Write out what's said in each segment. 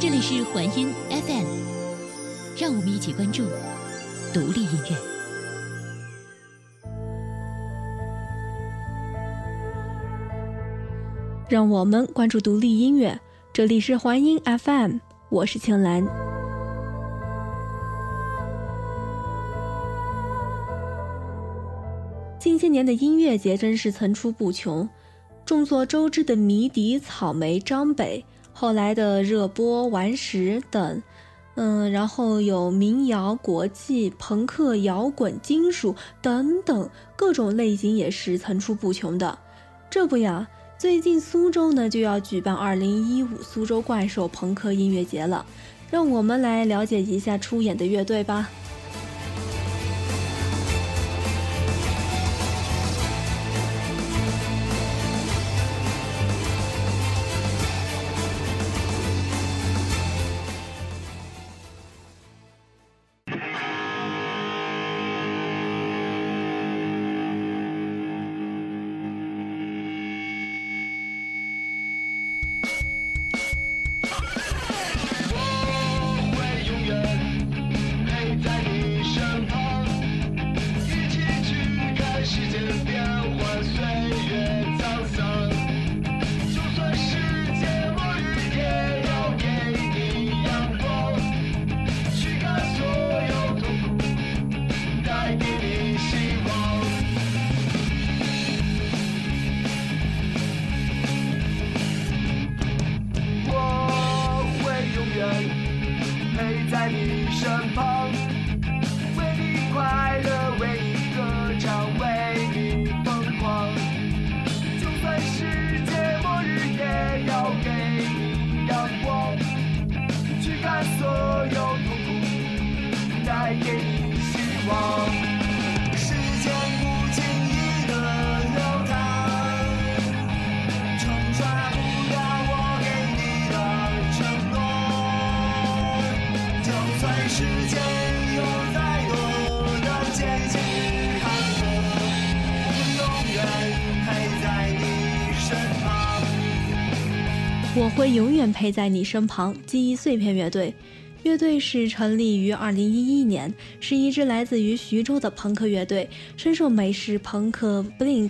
这里是环音 FM， 让我们一起关注独立音乐。 让我们关注独立音乐，这里是环音 FM， 我是青兰。近些年的音乐节真是层出不穷，众所周知的迷笛、草莓、张北，后来的热播、顽石等，然后有民谣、国际、朋克、摇滚、金属等等各种类型也是层出不穷的。这不呀，最近苏州呢就要举办2015苏州怪兽朋克音乐节了，让我们来了解一下出演的乐队吧。我会永远陪在你身旁。记忆碎片乐队，乐队是成立于2011年，是一支来自于徐州的朋克乐队，深受美式朋克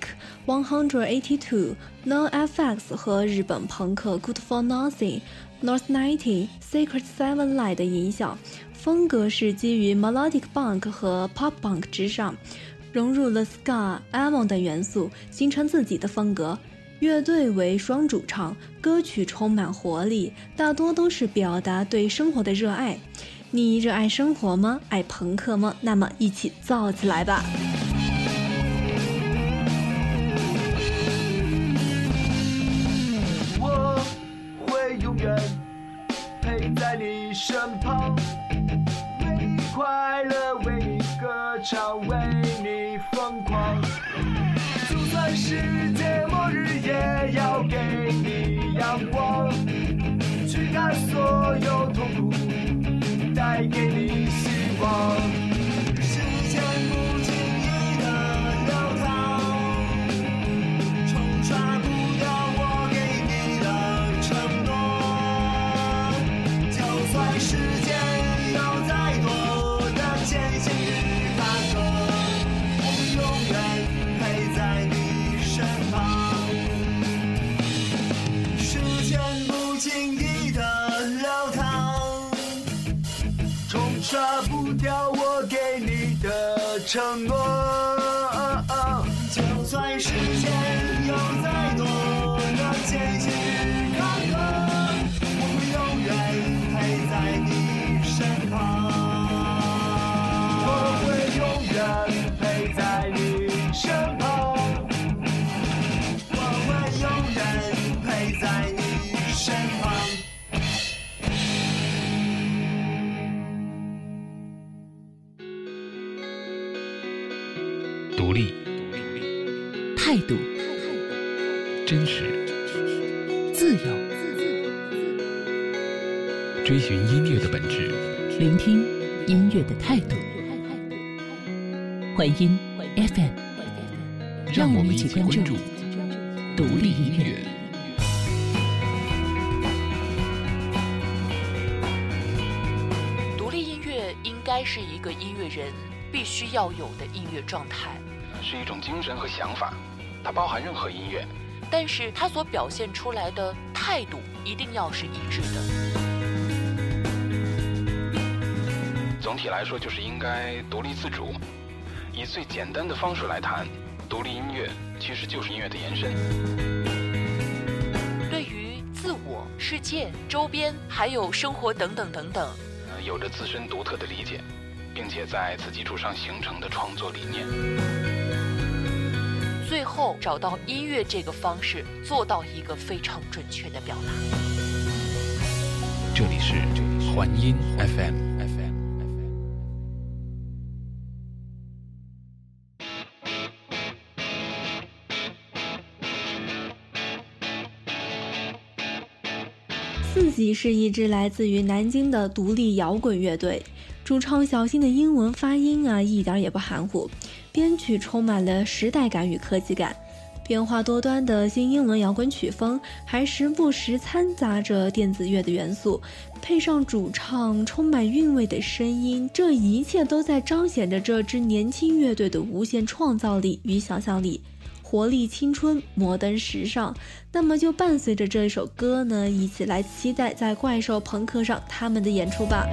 Blink-182、NoFX 和日本朋克 Good For Nothing、North90、Secret Seven Line 的影响，风格是基于 Melodic Punk 和 Pop Punk 之上，融入了 Ska、Emo 等元素，形成自己的风格。乐队为双主唱，歌曲充满活力，大多都是表达对生活的热爱。你热爱生活吗？爱朋克吗？那么一起造起来吧！ 我会永远陪在你身旁，为你快乐，为你歌唱，为你疯狂。就算世界末日也要给你阳光，驱赶所有痛苦，带给你希望。时间不经意的流淌，冲刷不掉我给你的承诺。就算世界有再多的艰辛与坎坷，我们永远陪在你身旁。时间不经意的流淌，冲刷不掉我给你的承诺。就算世间有再多的艰辛与坎坷，我会永远陪在你身旁。我会永远陪在你身旁。我会永远陪在你身旁。 独立、 态度、 真实、 自由， 追寻音乐的本质， 聆听音乐的态度。环音 FM， 让我们一起关注独立音乐。 应该是一个音乐人必须要有的音乐状态， 是一种精神和想法，它包含任何音乐， 但是它所表现出来的态度一定要是一致的。 总体来说，就是应该独立自主。以最简单的方式来谈，独立音乐其实就是音乐的延伸。 对于自我、世界、周边还有生活等等等等， 有着自身独特的理解，并且在此基础上形成的创作理念， 最后找到音乐这个方式，做到一个非常准确的表达。 这里是环音 FM。 四喜是一支来自于南京的独立摇滚乐队，主唱小新的英文发音一点也不含糊，编曲充满了时代感与科技感，变化多端的新英伦摇滚曲风还时不时掺杂着电子乐的元素，配上主唱充满韵味的声音，这一切都在彰显着这支年轻乐队的无限创造力与想象力，活力青春，摩登时尚。那么就伴随着这首歌呢，一起来期待在怪兽朋克上他们的演出吧。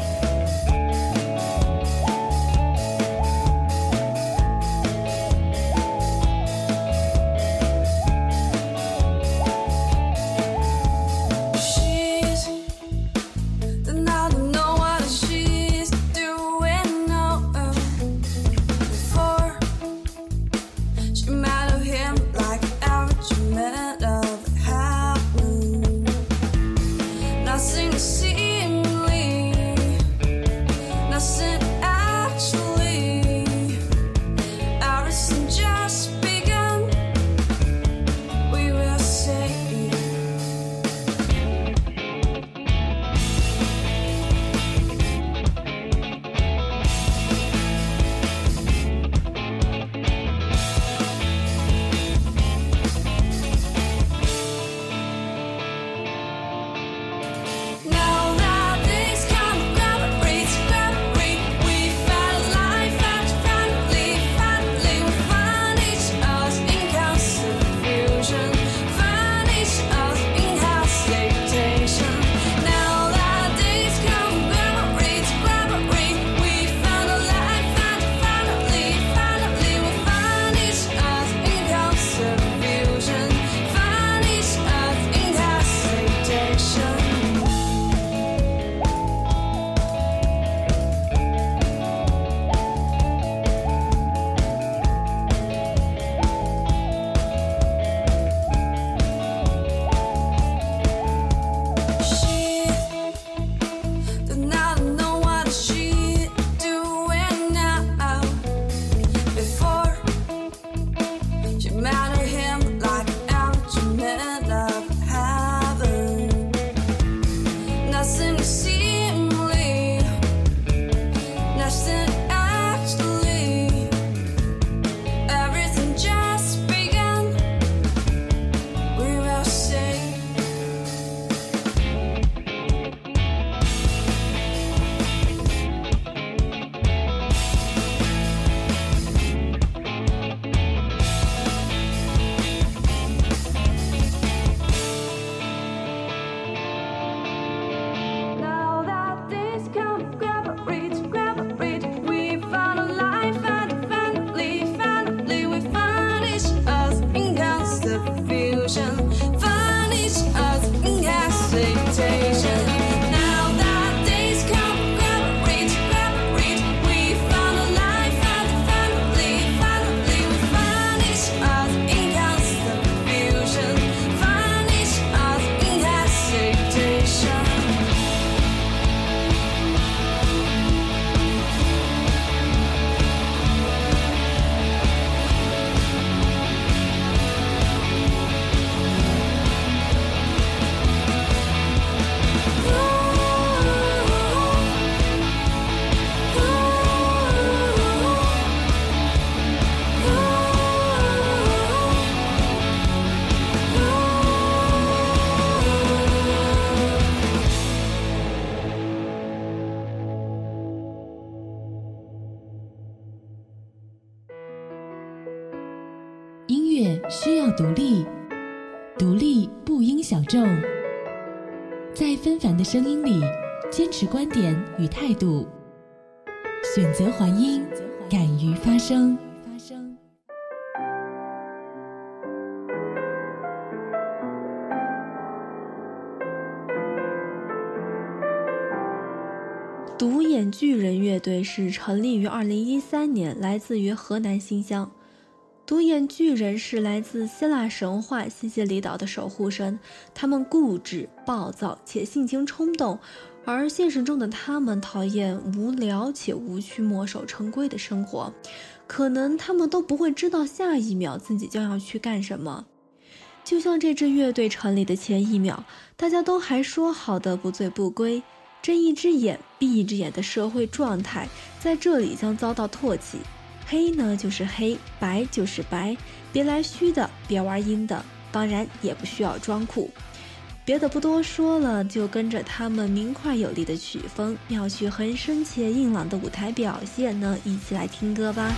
需要独立，独立不应小众。在纷繁的声音里，坚持观点与态度，选择还音，敢于发声。 独眼巨人乐队是成立于2013年，来自于河南新乡。独眼巨人是来自希腊神话西西里岛的守护神，他们固执、暴躁且性情冲动，而现实中的他们讨厌无聊且无趣、墨守成规的生活，可能他们都不会知道下一秒自己将要去干什么。就像这支乐队成立的前一秒，大家都还说好的不醉不归，睁一只眼闭一只眼的社会状态在这里将遭到唾弃。黑呢就是黑，白就是白，别来虚的，别玩阴的，当然也不需要装酷。别的不多说了，就跟着他们明快有力的曲风，妙趣横生且硬朗的舞台表现呢，一起来听歌吧。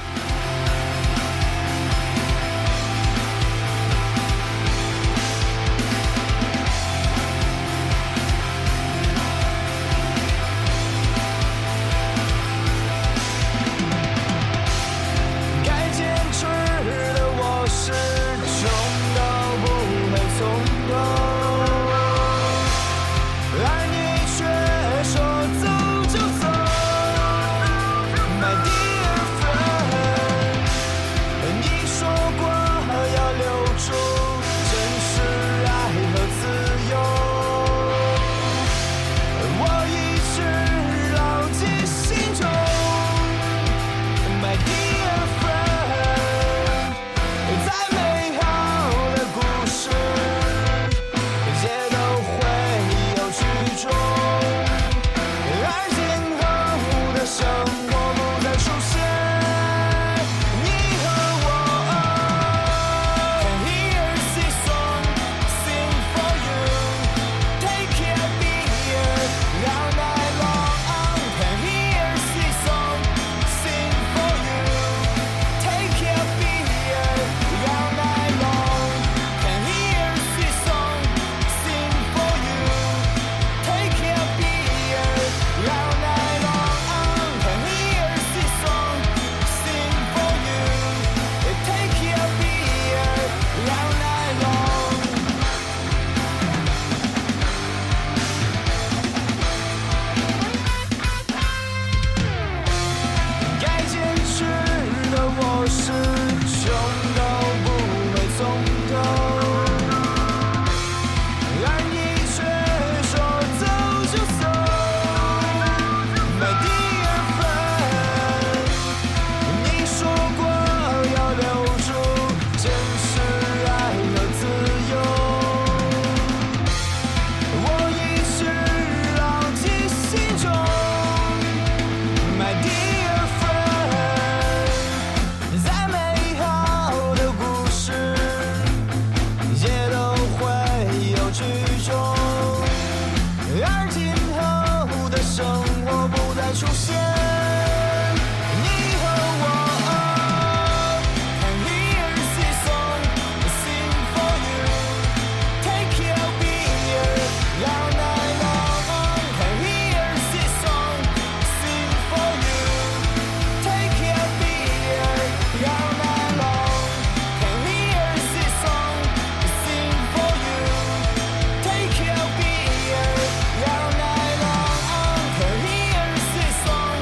Take your beer, all night long.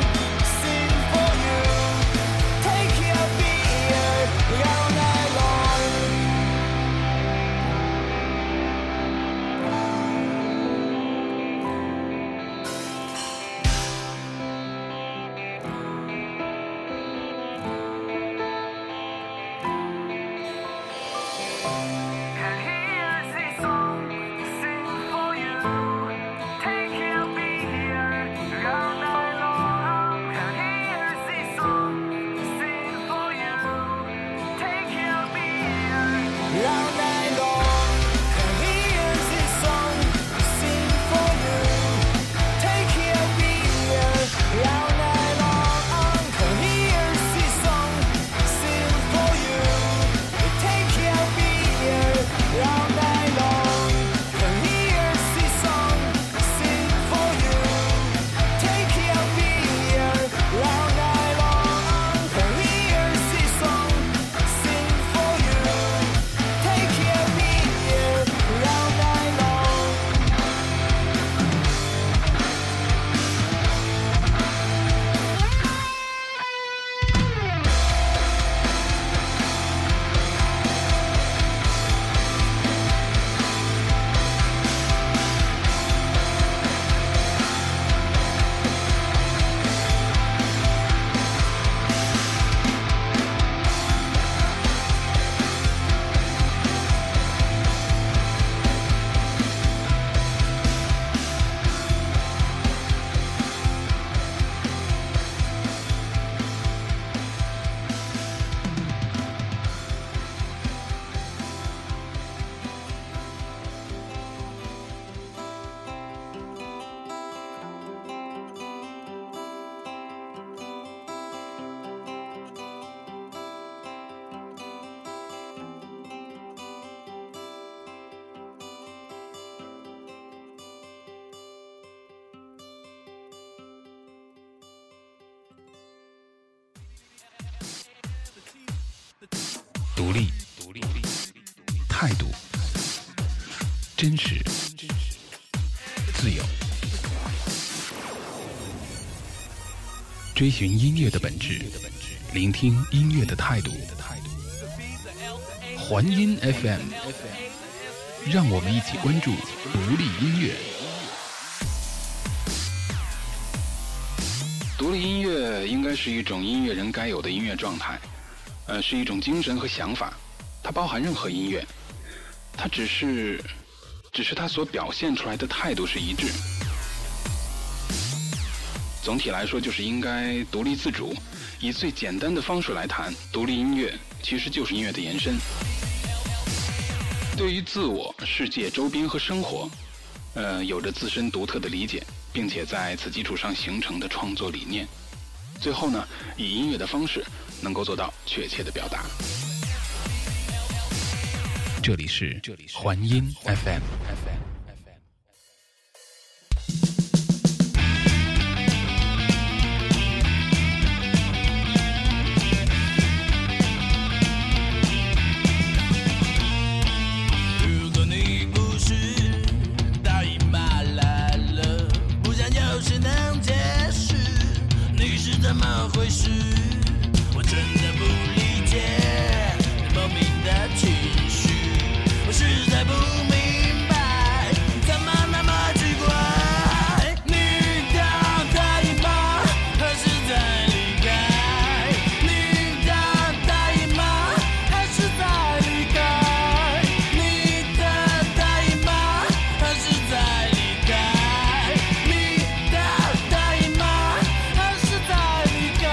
独立，态度，真实，自由，追寻音乐的本质，聆听音乐的态度。环音 FM， 让我们一起关注独立音乐。独立音乐应该是一种音乐人该有的音乐状态，是一种精神和想法，它包含任何音乐，它只是它所表现出来的态度是一致。总体来说，就是应该独立自主，以最简单的方式来谈。独立音乐其实就是音乐的延伸，对于自我、世界、周边和生活，有着自身独特的理解，并且在此基础上形成的创作理念。最后呢，以音乐的方式能够做到确切的表达。这里是环音 FM。 怎么回事？我真的不理解你莫名的情绪，我实在不明白，怎么那么奇怪？你到答应吗？还是在离开？你到答应吗？还是在离开？你的答应吗？还是在离开？你的答应吗？还是在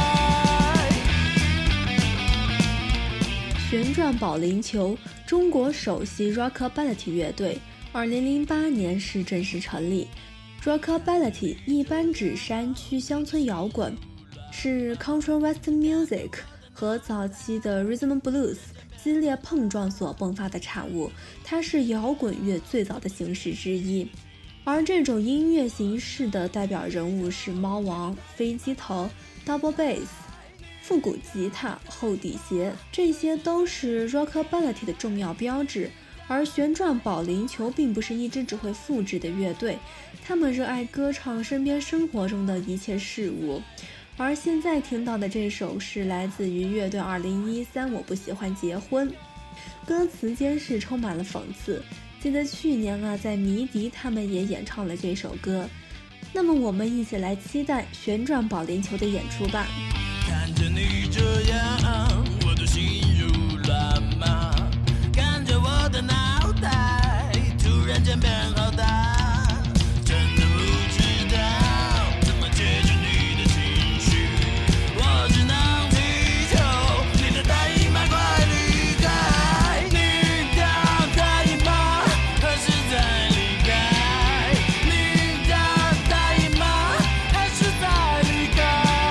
旋转保龄球，中国首席 Rockabilly 乐队，2008年是正式成立。Rockabilly 一般指山区乡村摇滚，是 Country Western Music 和早期的 Rhythm Blues 激烈碰撞所迸发的产物，它是摇滚乐最早的形式之一。而这种音乐形式的代表人物是猫王、飞机头、Double Bass、复古吉他、后底鞋，这些都是 Rockabilly 的重要标志。而旋转保龄球并不是一支只会复制的乐队，他们热爱歌唱身边生活中的一切事物。而现在听到的这首是来自于乐队2013我不喜欢结婚，歌词间是充满了讽刺。记得去年在迷笛他们也演唱了这首歌。那么我们一起来期待旋转保龄球的演出吧。 看着你这样，我的心如乱麻，看着我的脑袋突然间变好大，真的不知道怎么解决你的情绪，我只能祈求你的答应吗？快离开！你的答应吗？还是在离开？你的答应吗？还是在离开？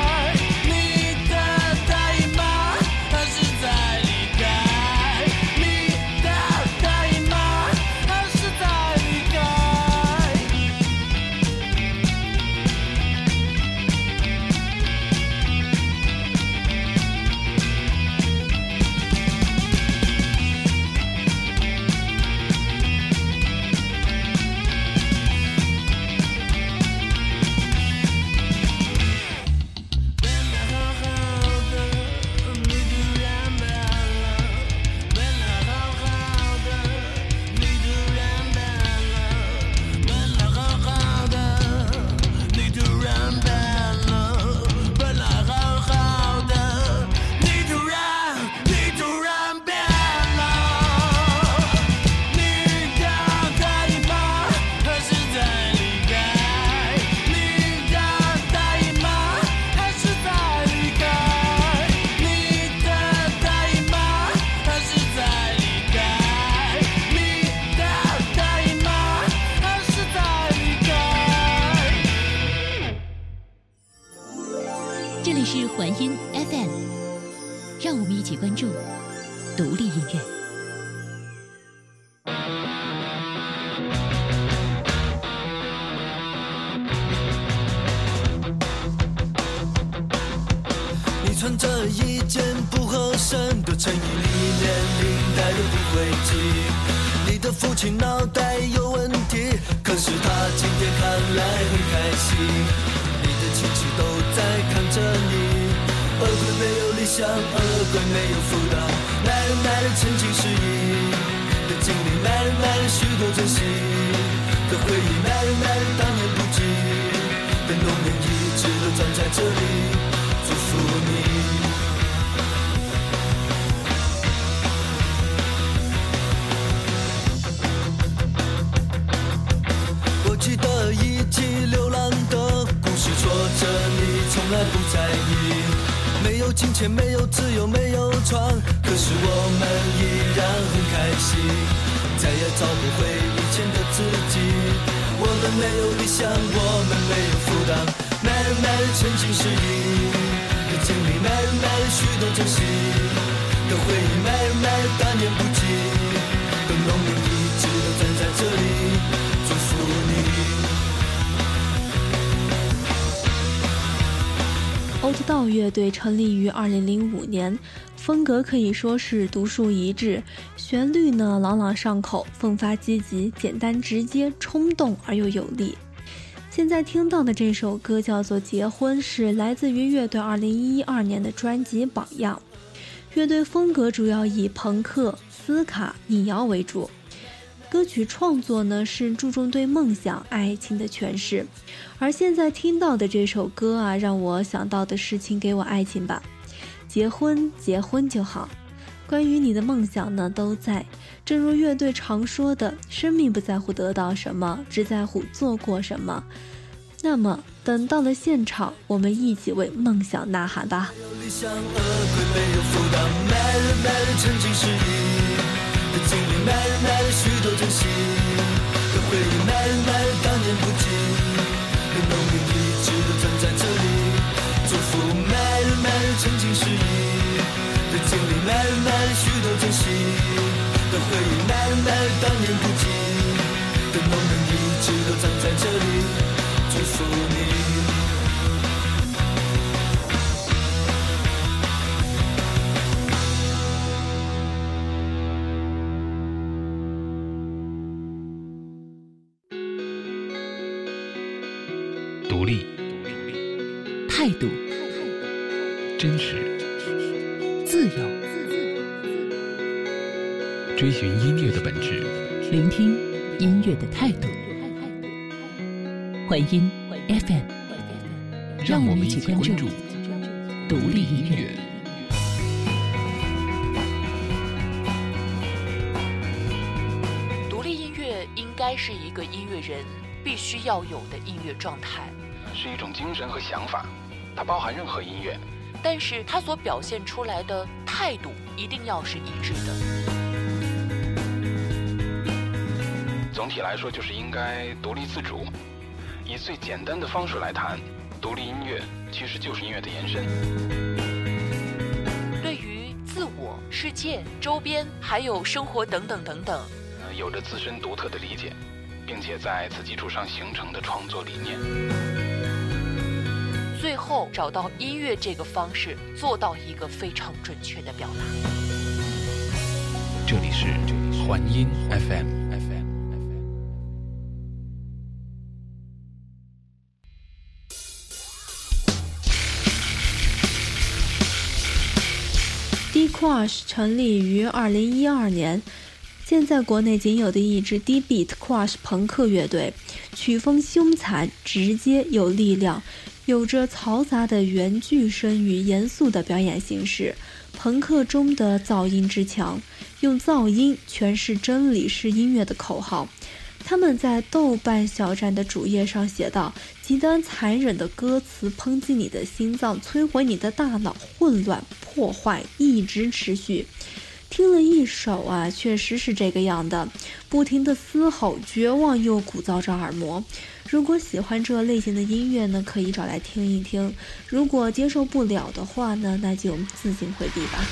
这里是环音 FM， 让我们一起关注独立音乐。 你穿着一件不合合身的成瘾里年龄代都不会记。你的父亲脑袋有问题，可是他今天看来很开心。你的亲戚都在看着你，恶鬼没有理想，恶鬼没有辅导，买了曾经失忆的经历，买了许多真心的回忆，买了当年不羁的农民，一直都站在这里祝福你。我记得一起流浪的故事，挫折你从来不在意，没有金钱，没有自由，没有床，可是我们依然很开心，再也找不回以前的自己。我们没有理想，我们没有负担，买了曾经失忆的经历，买了许多真心的回忆，买了当年不羁的农民，一直都站在这里祝福你。 欧特道乐队成立于2005年，风格可以说是独树一帜，旋律呢朗朗上口，奋发积极，简单直接，冲动而又有力。现在听到的这首歌叫做《结婚》，是来自于乐队2012年的专辑《榜样》。乐队风格主要以朋克、斯卡、民谣为主。歌曲创作呢是注重对梦想、爱情的诠释，而现在听到的这首歌啊，让我想到的是请给我爱情吧，结婚，结婚就好。关于你的梦想呢，都在。正如乐队常说的，生命不在乎得到什么，只在乎做过什么。那么，等到了现场，我们一起为梦想呐喊吧。 没有理想，恶鬼没有辅导，买了曾经失忆的经历，买了许多真心的回忆，买了当年不羁的农民，一直都站在这里祝福。买了曾经失忆的经历，买了许多真心的回忆，买了当年不羁的农民，一直都站在这里祝福你。 独立、 态度、 真实、 自由， 追寻音乐的本质， 聆听音乐的态度。环音 FM， 让我们一起关注独立音乐。 独立音乐应该是一个音乐人必须要有的音乐状态， 是一种精神和想法，它包含任何音乐， 但是它所表现出来的态度一定要是一致的。 总体来说，就是应该独立自主。以最简单的方式来谈，独立音乐其实就是音乐的延伸。 对于自我、世界、周边还有生活等等等等， 有着自身独特的理解，并且在此基础上形成的创作理念， 最后找到音乐这个方式，做到一个非常准确的表达。 这里是环音 FM。 D-Crush 成立于2012年，现在国内仅有的一支 D-Beat Crush 朋克乐队，曲风凶残、直接、有力量，有着嘈杂的原句声与严肃的表演形式。朋克中的噪音之强，用噪音诠释真理是音乐的口号。他们在豆瓣小站的主页上写道：极端残忍的歌词抨击你的心脏，摧毁你的大脑，混乱破坏一直持续。听了一首啊，确实是这个样的，不停的嘶吼，绝望又鼓噪着耳膜。如果喜欢这类型的音乐呢，可以找来听一听；如果接受不了的话呢，那就自行回避吧。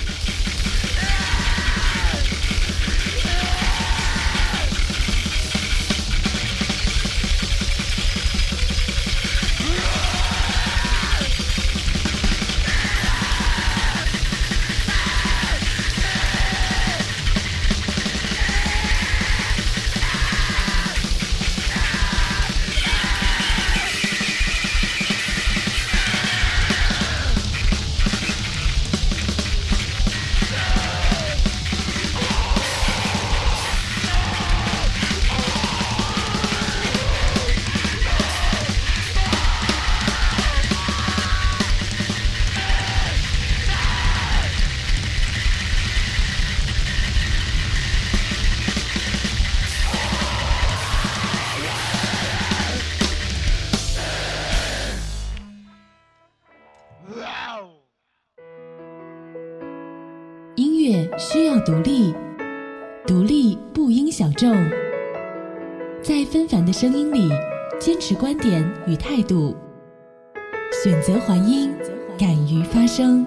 乐需要独立，独立不应小众。在纷繁的声音里，坚持观点与态度，选择还音，敢于发声。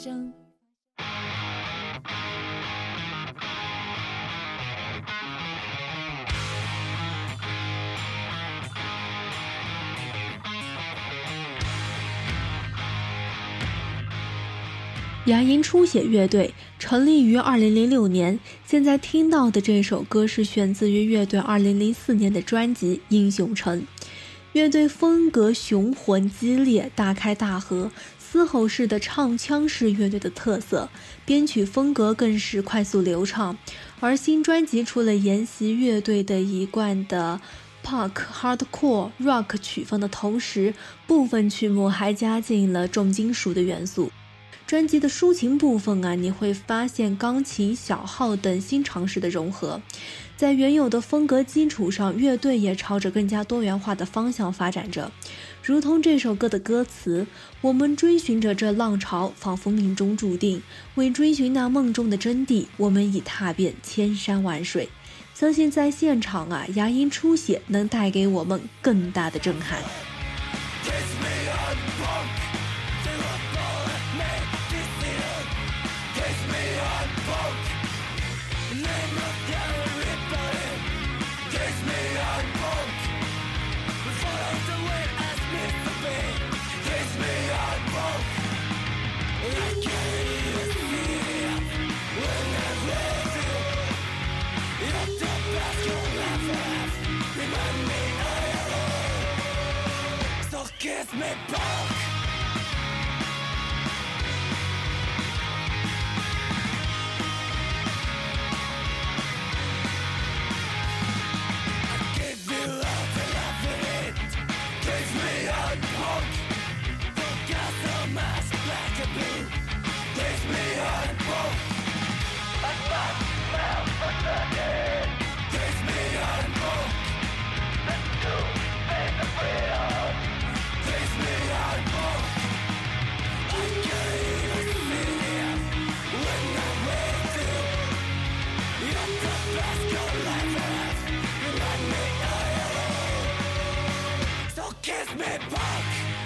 牙龈出血乐队成立于2006年，现在听到的这首歌是选自于乐队2004年的专辑《英雄城》。乐队风格雄浑激烈，大开大合，嘶吼式的唱腔是乐队的特色，编曲风格更是快速流畅。而新专辑除了沿袭乐队的一贯的Punk、Hardcore、Rock 曲风的同时，部分曲目还加进了重金属的元素。专辑的抒情部分你会发现钢琴、小号等新尝试的融合。在原有的风格基础上，乐队也朝着更加多元化的方向发展着。如同这首歌的歌词，我们追寻着这浪潮，仿佛命中注定。为追寻那梦中的真谛，我们已踏遍千山万水。相信在现场牙龈出血能带给我们更大的震撼。 Kiss me punk. I give you all the love in it. Kiss me on punk. Don't got so much black and blue. Kiss me on punk. I fuck smell for nothing. Kiss me on punk. Let's do make the freedom.Kiss me on punk. I can't even see it when I'm with you. You're the best your life has. Remind me I am. So kiss me punk.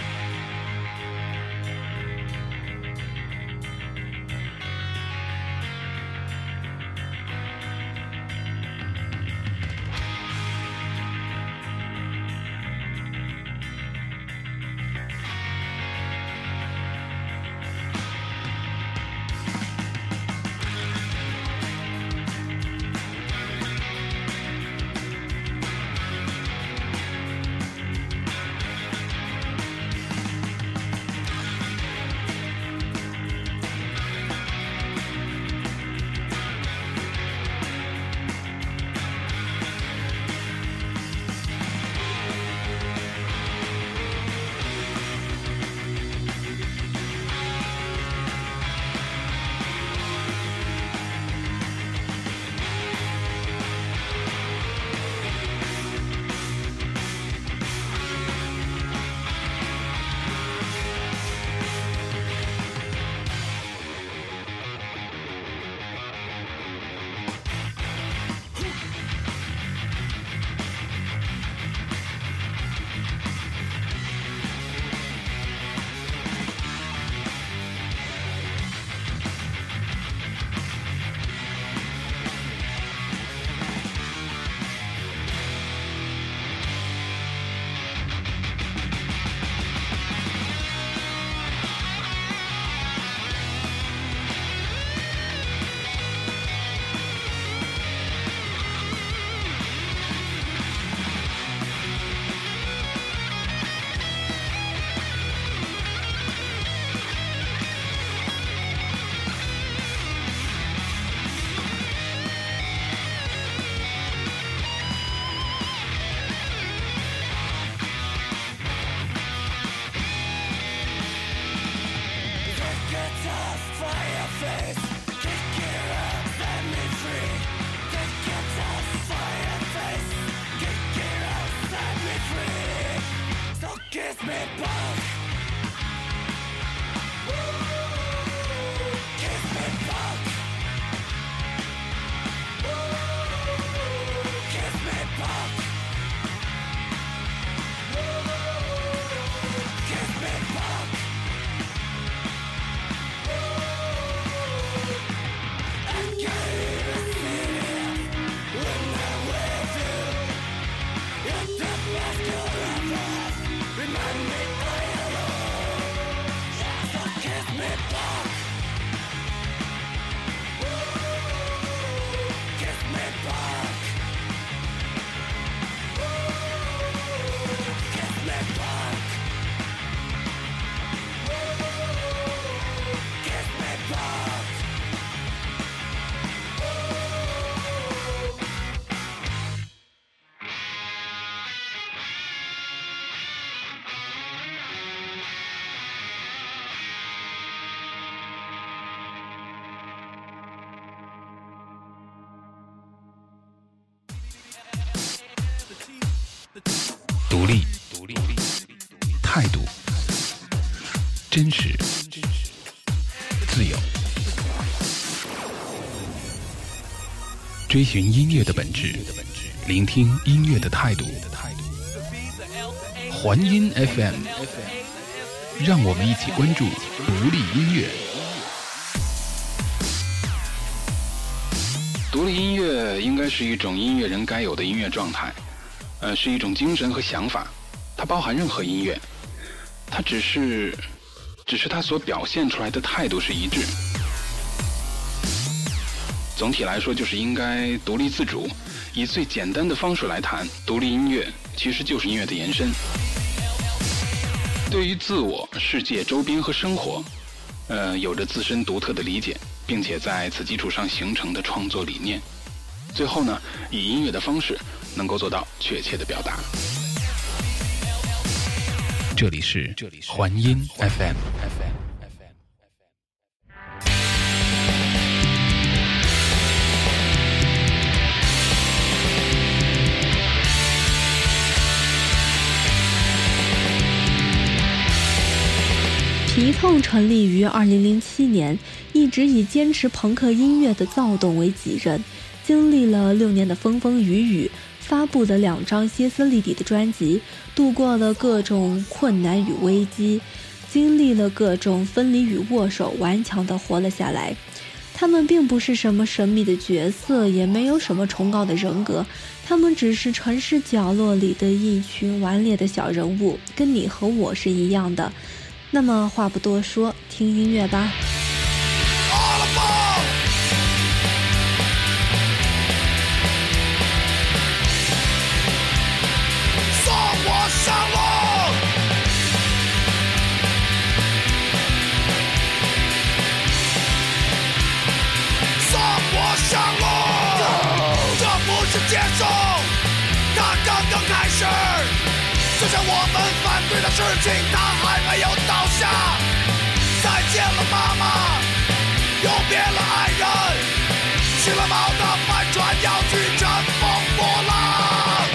Kiss me punk. Kiss me punk. 态度，真实、自由，追寻音乐的本质，聆听音乐的态度。环音 FM， 让我们一起关注独立音乐。独立音乐应该是一种音乐人该有的音乐状态，是一种精神和想法，它包含任何音乐，它只是它所表现出来的态度是一致。总体来说，就是应该独立自主，以最简单的方式来谈，独立音乐其实就是音乐的延伸。对于自我、世界、周边和生活，有着自身独特的理解，并且在此基础上形成的创作理念。最后呢，以音乐的方式能够做到确切的表达。这里是环音 FM。 皮痛成立于2007年，一直以坚持朋克音乐的躁动为己任，经历了6年的风风雨雨，发布了2张歇斯底里的专辑，度过了各种困难与危机，经历了各种分离与握手，顽强地活了下来。他们并不是什么神秘的角色，也没有什么崇高的人格，他们只是城市角落里的一群顽劣的小人物，跟你和我是一样的。那么话不多说，听音乐吧。 送我上路，送我上路，这不是结束，它刚刚开始。就像我们反对的事情，它还没有倒下。再见了妈妈，永别了爱人，起了锚的帆船要去乘风破浪。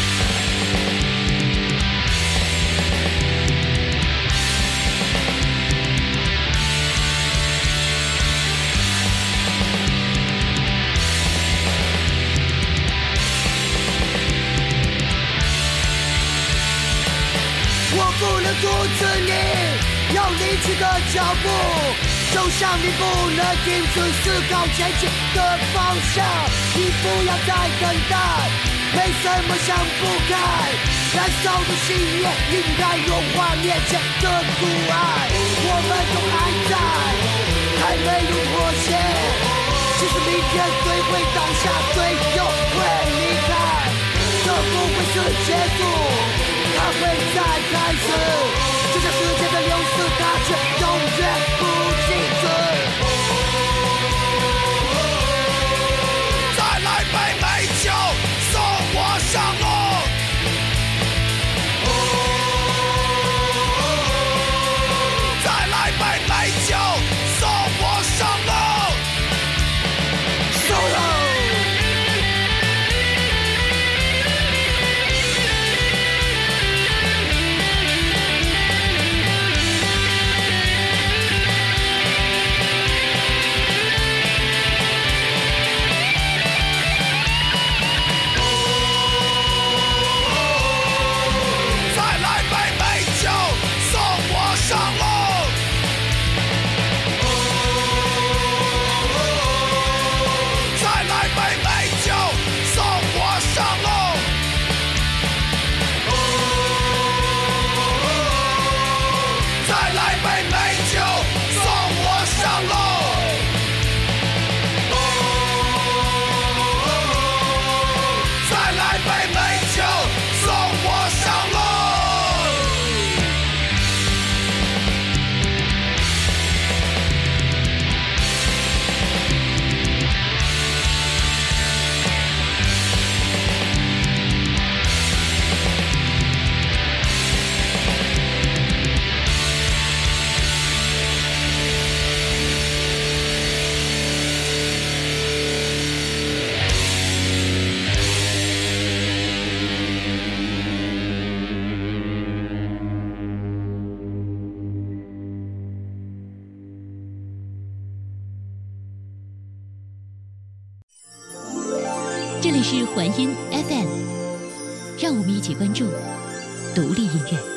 我不能阻止你要离去的脚步，就像你不能停止思考前进的方向。你不要再等待，没什么想不开，燃烧的信念应该融化面前的阻碍。我们都还在，还没有妥协，其实明天谁会倒下，谁又会离开，这不会是结束，它会再开始，就像时间的流逝，它却永远不静止。再来杯美酒，送我上路。再来杯美酒，送我上路。Solo。 这里是环音 FM，让我们一起关注独立音乐。